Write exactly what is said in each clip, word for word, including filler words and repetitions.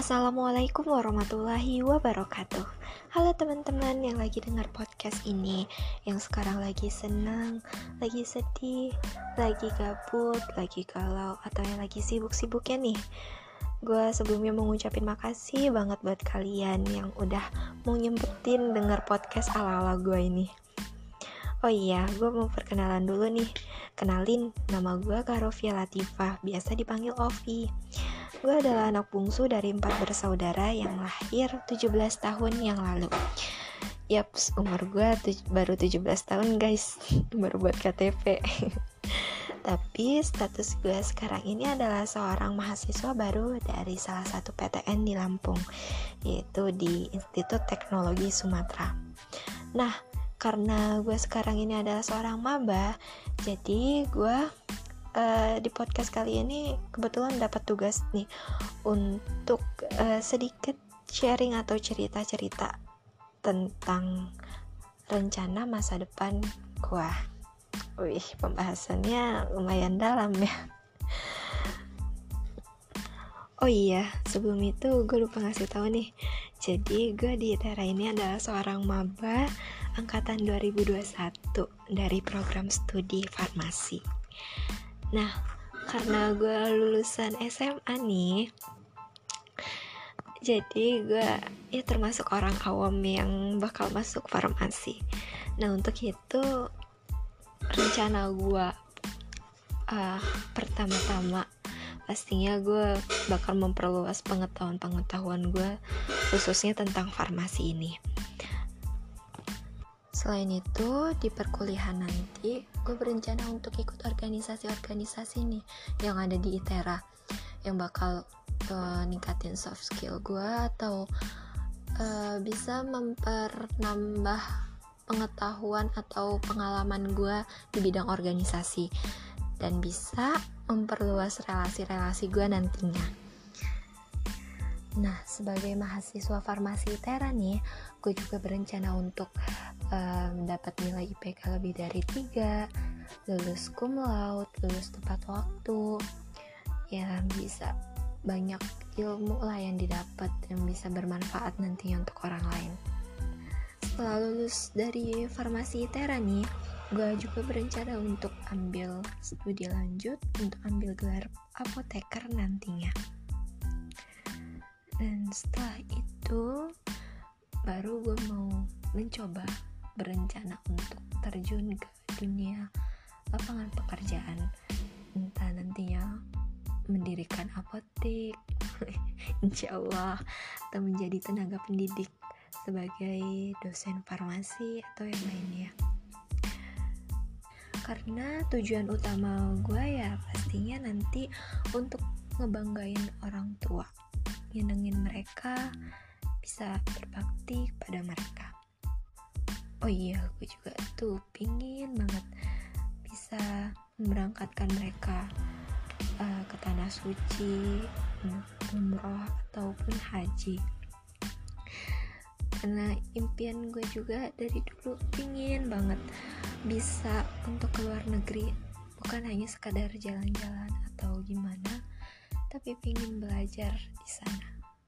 Assalamualaikum warahmatullahi wabarakatuh. Halo teman-teman yang lagi dengar podcast ini, yang sekarang lagi senang, lagi sedih, lagi gabut, lagi galau, atau yang lagi sibuk-sibuknya nih. Gue sebelumnya mau ngucapin makasih banget buat kalian yang udah mau nyempetin denger podcast ala-ala gue ini. Oh iya, gue mau perkenalan dulu nih. Kenalin, nama gue Karofia Latifah, biasa dipanggil Ovi. Gue adalah anak bungsu dari empat bersaudara yang lahir tujuh belas tahun yang lalu. Yaps, umur gue tuj- baru tujuh belas tahun guys, baru buat K T P. Tapi status gue sekarang ini adalah seorang mahasiswa baru dari salah satu P T N di Lampung, yaitu di Institut Teknologi Sumatera. Nah, karena gue sekarang ini adalah seorang maba, jadi gue Uh, di podcast kali ini kebetulan dapat tugas nih untuk uh, sedikit sharing atau cerita-cerita tentang rencana masa depan gua. Wih, pembahasannya lumayan dalam ya. Oh iya, sebelum itu gue lupa ngasih tahu nih. Jadi gue di Itera ini adalah seorang maba angkatan dua ribu dua puluh satu dari program studi farmasi. Nah, karena gue lulusan S M A nih, jadi gue ya termasuk orang awam yang bakal masuk farmasi. Nah, untuk itu rencana gue uh, pertama-tama pastinya gue bakal memperluas pengetahuan-pengetahuan gue khususnya tentang farmasi ini. Selain itu, di perkuliahan nanti gue berencana untuk ikut organisasi-organisasi nih yang ada di Itera, yang bakal uh, ningkatin soft skill gue atau uh, bisa memperambah pengetahuan atau pengalaman gue di bidang organisasi dan bisa memperluas relasi-relasi gue nantinya. Nah, sebagai mahasiswa farmasi Itera nih, gue juga berencana untuk um, dapat nilai I P K lebih dari tiga, lulus cum laude, lulus tepat waktu, ya bisa banyak ilmu lah yang didapat yang bisa bermanfaat nantinya untuk orang lain. Setelah lulus dari farmasi Itera nih, gue juga berencana untuk ambil studi lanjut untuk ambil gelar apoteker nantinya. Dan setelah itu baru gue mau mencoba berencana untuk terjun ke dunia lapangan pekerjaan, entah nantinya mendirikan apotek insya Allah, atau menjadi tenaga pendidik sebagai dosen farmasi atau yang lainnya. Karena tujuan utama gue ya pastinya nanti untuk ngebanggain orang tua, nyenengin mereka, bisa berbakti kepada mereka. Oh iya, gue juga tuh pingin banget bisa memberangkatkan mereka uh, ke tanah suci, umroh ataupun haji. Karena impian gue juga dari dulu pingin banget bisa untuk ke luar negeri, bukan hanya sekadar jalan-jalan atau gimana, tapi pingin belajar di sana.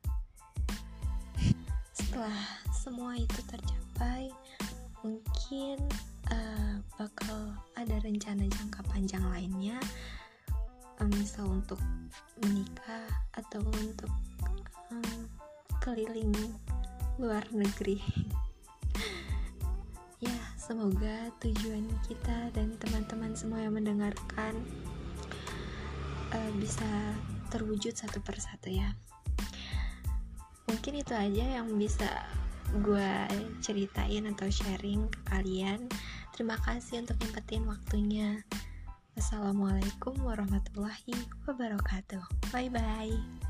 Setelah semua itu tercapai, mungkin uh, bakal ada rencana jangka panjang lainnya, um, misal untuk menikah atau untuk um, keliling luar negeri. Ya, semoga tujuan kita dan teman-teman semua yang mendengarkan uh, bisa terwujud satu persatu ya. Mungkin itu aja yang bisa gue ceritain atau sharing ke kalian. Terima kasih untuk nyempetin waktunya. Wassalamualaikum warahmatullahi wabarakatuh. Bye bye.